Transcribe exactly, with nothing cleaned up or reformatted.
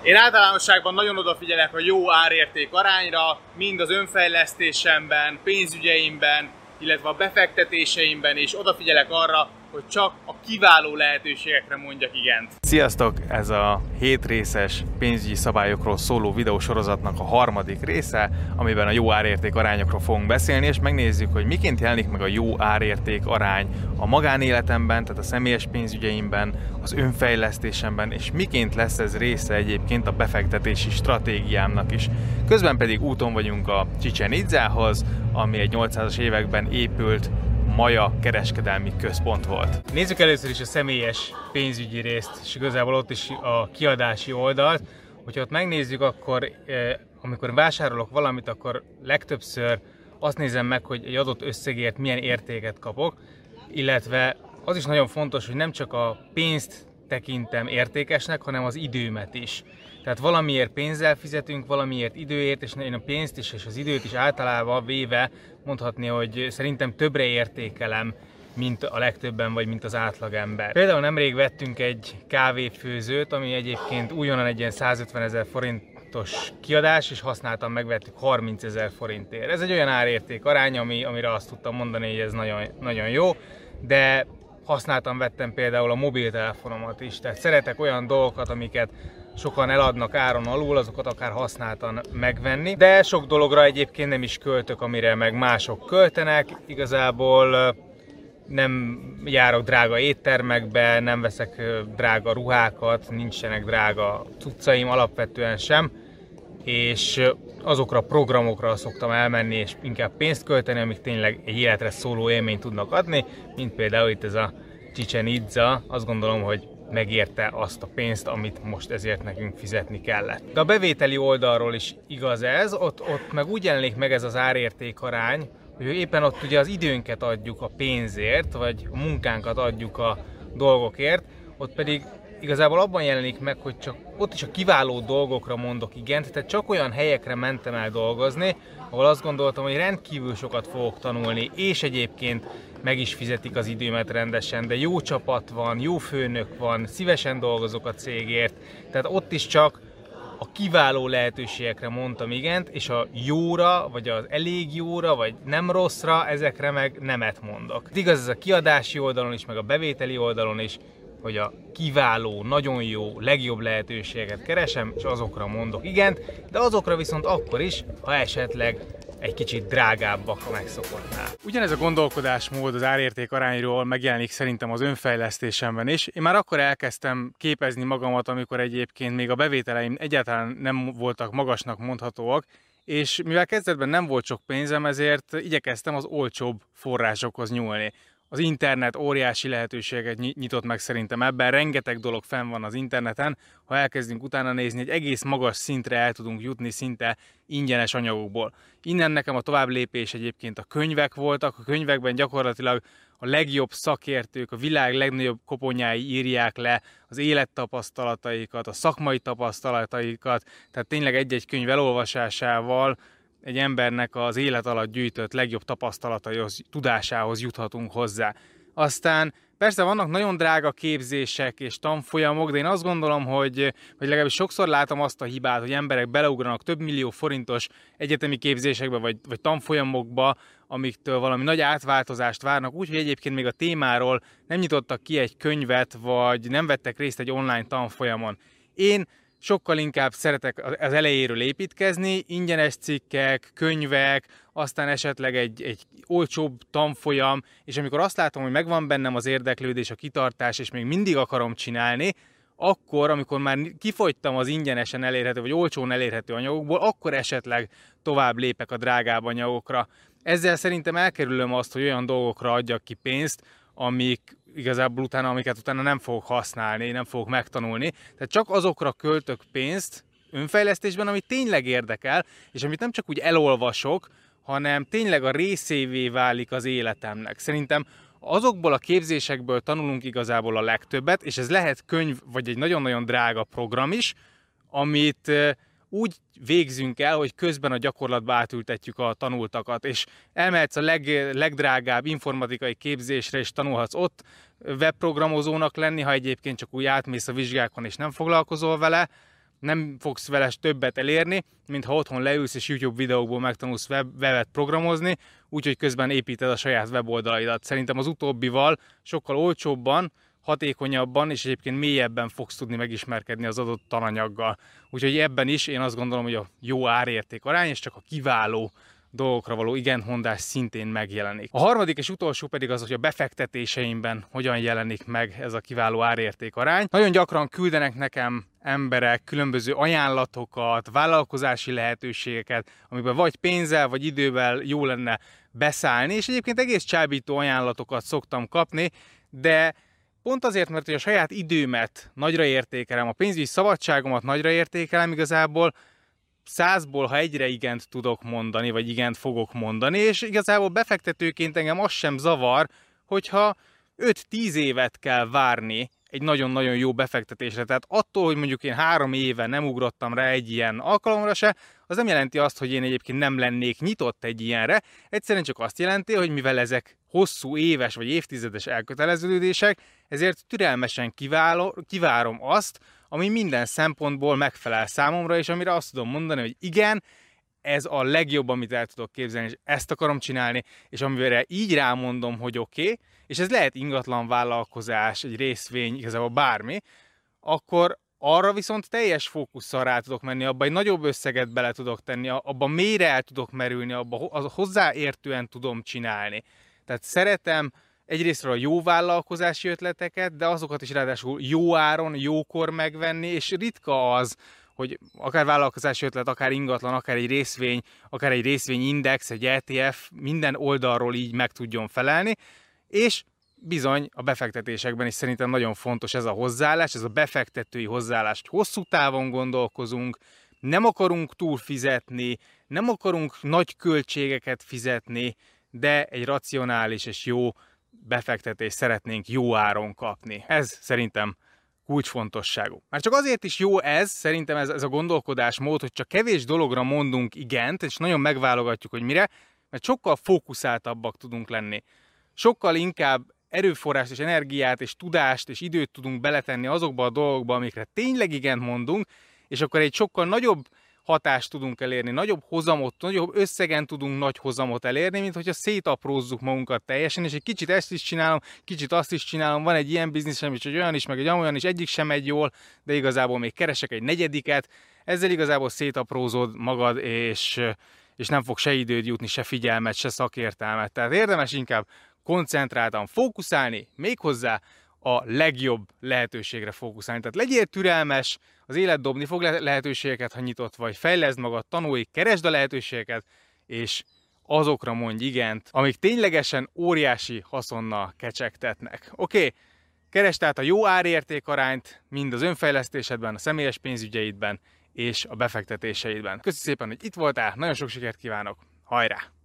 Én általánosságban nagyon odafigyelek a jó árérték arányra, mind az önfejlesztésemben, pénzügyeimben, illetve a befektetéseimben, és odafigyelek arra, hogy csak a kiváló lehetőségekre mondjak igent. Sziasztok! Ez a hét részes pénzügyi szabályokról szóló videósorozatnak a harmadik része, amiben a jó árérték arányokról fogunk beszélni, és megnézzük, hogy miként jelenik meg a jó árérték arány a magánéletemben, tehát a személyes pénzügyeimben, az önfejlesztésemben, és miként lesz ez része egyébként a befektetési stratégiámnak is. Közben pedig úton vagyunk a Chichen Itzához, ami egy nyolcszázas években épült maja kereskedelmi központ volt. Nézzük először is a személyes pénzügyi részt, és igazából ott is a kiadási oldalt. Hogyha ott megnézzük, akkor amikor vásárolok valamit, akkor legtöbbször azt nézem meg, hogy egy adott összegért milyen értéket kapok, illetve az is nagyon fontos, hogy nem csak a pénzt tekintem értékesnek, hanem az időmet is. Tehát valamiért pénzzel fizetünk, valamiért időért, és én a pénzt is és az időt is általában véve mondhatni, hogy szerintem többre értékelem, mint a legtöbben, vagy mint az átlagember. Például nemrég vettünk egy kávéfőzőt, ami egyébként újonnan egy ilyen százötvenezer forintos kiadás, és használtan megvettük harmincezer forintért. Ez egy olyan árérték arány, ami, amire azt tudtam mondani, hogy ez nagyon, nagyon jó, de használtan vettem például a mobiltelefonomat is. Tehát szeretek olyan dolgokat, amiket sokan eladnak áron alul, azokat akár használtan megvenni. De sok dologra egyébként nem is költök, amire meg mások költenek. Igazából nem járok drága éttermekbe, nem veszek drága ruhákat, nincsenek drága cuccaim alapvetően sem. És azokra a programokra szoktam elmenni, és inkább pénzt költeni, amik tényleg egy életre szóló élményt tudnak adni, mint például itt ez a Chichen Itza. Azt gondolom, hogy megérte azt a pénzt, amit most ezért nekünk fizetni kellett. De a bevételi oldalról is igaz ez, ott, ott meg úgy jelenik meg ez az árérték arány, hogy éppen ott ugye az időnket adjuk a pénzért, vagy a munkánkat adjuk a dolgokért, ott pedig igazából abban jelenik meg, hogy csak ott is a kiváló dolgokra mondok igent, tehát csak olyan helyekre mentem el dolgozni, ahol azt gondoltam, hogy rendkívül sokat fogok tanulni, és egyébként meg is fizetik az időmet rendesen, de jó csapat van, jó főnök van, szívesen dolgozok a cégért, tehát ott is csak a kiváló lehetőségekre mondtam igent, és a jóra, vagy az elég jóra, vagy nem rosszra, ezekre meg nemet mondok. Igaz ez a kiadási oldalon is, meg a bevételi oldalon is, hogy a kiváló, nagyon jó, legjobb lehetőségeket keresem, és azokra mondok igent, de azokra viszont akkor is, ha esetleg egy kicsit drágábbak a megszokottnál. Ugyanez a gondolkodásmód az árérték arányról megjelenik szerintem az önfejlesztésemben is. Én már akkor elkezdtem képezni magamat, amikor egyébként még a bevételeim egyáltalán nem voltak magasnak mondhatóak, és mivel kezdetben nem volt sok pénzem, ezért igyekeztem az olcsóbb forrásokhoz nyúlni. Az internet óriási lehetőséget nyitott meg szerintem ebben, rengeteg dolog fenn van az interneten, ha elkezdünk utána nézni, egy egész magas szintre el tudunk jutni szinte ingyenes anyagokból. Innen nekem a tovább lépés egyébként a könyvek voltak, a könyvekben gyakorlatilag a legjobb szakértők, a világ legnagyobb koponyái írják le az élettapasztalataikat, a szakmai tapasztalataikat, tehát tényleg egy-egy könyv elolvasásával egy embernek az élet alatt gyűjtött legjobb tapasztalataihoz, tudásához juthatunk hozzá. Aztán persze vannak nagyon drága képzések és tanfolyamok, de én azt gondolom, hogy, vagy legalábbis sokszor látom azt a hibát, hogy emberek beleugranak több millió forintos egyetemi képzésekbe vagy, vagy tanfolyamokba, amiktől valami nagy átváltozást várnak, úgyhogy egyébként még a témáról nem nyitottak ki egy könyvet, vagy nem vettek részt egy online tanfolyamon. Én sokkal inkább szeretek az elejéről építkezni, ingyenes cikkek, könyvek, aztán esetleg egy, egy olcsóbb tanfolyam, és amikor azt látom, hogy megvan bennem az érdeklődés, a kitartás, és még mindig akarom csinálni, akkor, amikor már kifogytam az ingyenesen elérhető, vagy olcsón elérhető anyagokból, akkor esetleg tovább lépek a drágább anyagokra. Ezzel szerintem elkerülöm azt, hogy olyan dolgokra adjak ki pénzt, amik igazából utána, amiket utána nem fogok használni, nem fogok megtanulni. Tehát csak azokra költök pénzt önfejlesztésben, ami tényleg érdekel, és amit nem csak úgy elolvasok, hanem tényleg a részévé válik az életemnek. Szerintem azokból a képzésekből tanulunk igazából a legtöbbet, és ez lehet könyv, vagy egy nagyon-nagyon drága program is, amit úgy végzünk el, hogy közben a gyakorlatba átültetjük a tanultakat, és elmehetsz a leg, legdrágább informatikai képzésre, és tanulhatsz ott webprogramozónak lenni, ha egyébként csak úgy átmész a vizsgákon, és nem foglalkozol vele, nem fogsz vele többet elérni, mint ha otthon leülsz és YouTube videókból megtanulsz web, webet programozni, úgyhogy közben építed a saját weboldalaidat. Szerintem az utóbbival sokkal olcsóbban, hatékonyabban és egyébként mélyebben fogsz tudni megismerkedni az adott tananyaggal. Úgyhogy ebben is én azt gondolom, hogy a jó árérték arány és csak a kiváló dolgokra való igentmondás szintén megjelenik. A harmadik és utolsó pedig az, hogy a befektetéseimben hogyan jelenik meg ez a kiváló árérték arány. Nagyon gyakran küldenek nekem emberek különböző ajánlatokat, vállalkozási lehetőségeket, amiben vagy pénzzel, vagy idővel jó lenne beszállni, és egyébként egész csábító ajánlatokat szoktam kapni, de pont azért, mert hogy a saját időmet nagyra értékelem, a pénzügyi szabadságomat nagyra értékelem, igazából százból, ha egyre igent tudok mondani, vagy igent fogok mondani, és igazából befektetőként engem az sem zavar, hogyha öt-tíz évet kell várni egy nagyon-nagyon jó befektetésre. Tehát attól, hogy mondjuk én három éve nem ugrottam rá egy ilyen alkalomra se, az nem jelenti azt, hogy én egyébként nem lennék nyitott egy ilyenre. Egyszerűen csak azt jelenti, hogy mivel ezek hosszú éves vagy évtizedes elköteleződések, ezért türelmesen kiváló, kivárom azt, ami minden szempontból megfelel számomra, és amire azt tudom mondani, hogy igen, ez a legjobb, amit el tudok képzelni, és ezt akarom csinálni, és amire így rámondom, hogy oké, okay, és ez lehet ingatlan vállalkozás, egy részvény, igazából bármi, akkor arra viszont teljes fókusszal rá tudok menni, abba egy nagyobb összeget bele tudok tenni, abba mélyre el tudok merülni, abba hozzáértően tudom csinálni. Tehát szeretem egyrésztről a jó vállalkozási ötleteket, de azokat is ráadásul jó áron, jókor megvenni, és ritka az, hogy akár vállalkozási ötlet, akár ingatlan, akár egy részvény, akár egy részvényindex, egy é té ef minden oldalról így meg tudjon felelni, és bizony a befektetésekben is szerintem nagyon fontos ez a hozzáállás, ez a befektetői hozzáállás, hogy hosszú távon gondolkozunk, nem akarunk túl fizetni, nem akarunk nagy költségeket fizetni, de egy racionális és jó befektetést szeretnénk jó áron kapni. Ez szerintem kulcsfontosságú. Már csak azért is jó ez, szerintem ez, ez a gondolkodásmód, hogy csak kevés dologra mondunk igent, és nagyon megválogatjuk, hogy mire, mert sokkal fókuszáltabbak tudunk lenni. Sokkal inkább erőforrást és energiát és tudást és időt tudunk beletenni azokba a dolgokba, amikre tényleg igent mondunk, és akkor egy sokkal nagyobb hatást tudunk elérni, nagyobb hozamot, nagyobb összegen tudunk nagy hozamot elérni, mint hogyha szétaprózzuk magunkat teljesen, és egy kicsit ezt is csinálom, kicsit azt is csinálom, van egy ilyen bizniszem is, egy olyan is, meg egy olyan is, egyik sem megy jól, de igazából még keresek egy negyediket, ezzel igazából szétaprózod magad, és, és nem fog se időd jutni, se figyelmet, se szakértelmet. Tehát érdemes inkább koncentráltan fókuszálni, méghozzá a legjobb lehetőségre fókuszálni. Tehát legyél türelmes, az élet dobni fog lehetőségeket, ha nyitott vagy, fejleszd magad, tanulj, keresd a lehetőségeket, és azokra mondj igent, amik ténylegesen óriási haszonnal kecsegtetnek. Oké, okay. Keresd tehát a jó árérték arányt, mind az önfejlesztésedben, a személyes pénzügyeidben és a befektetéseidben. Köszönöm szépen, hogy itt voltál, nagyon sok sikert kívánok, hajrá!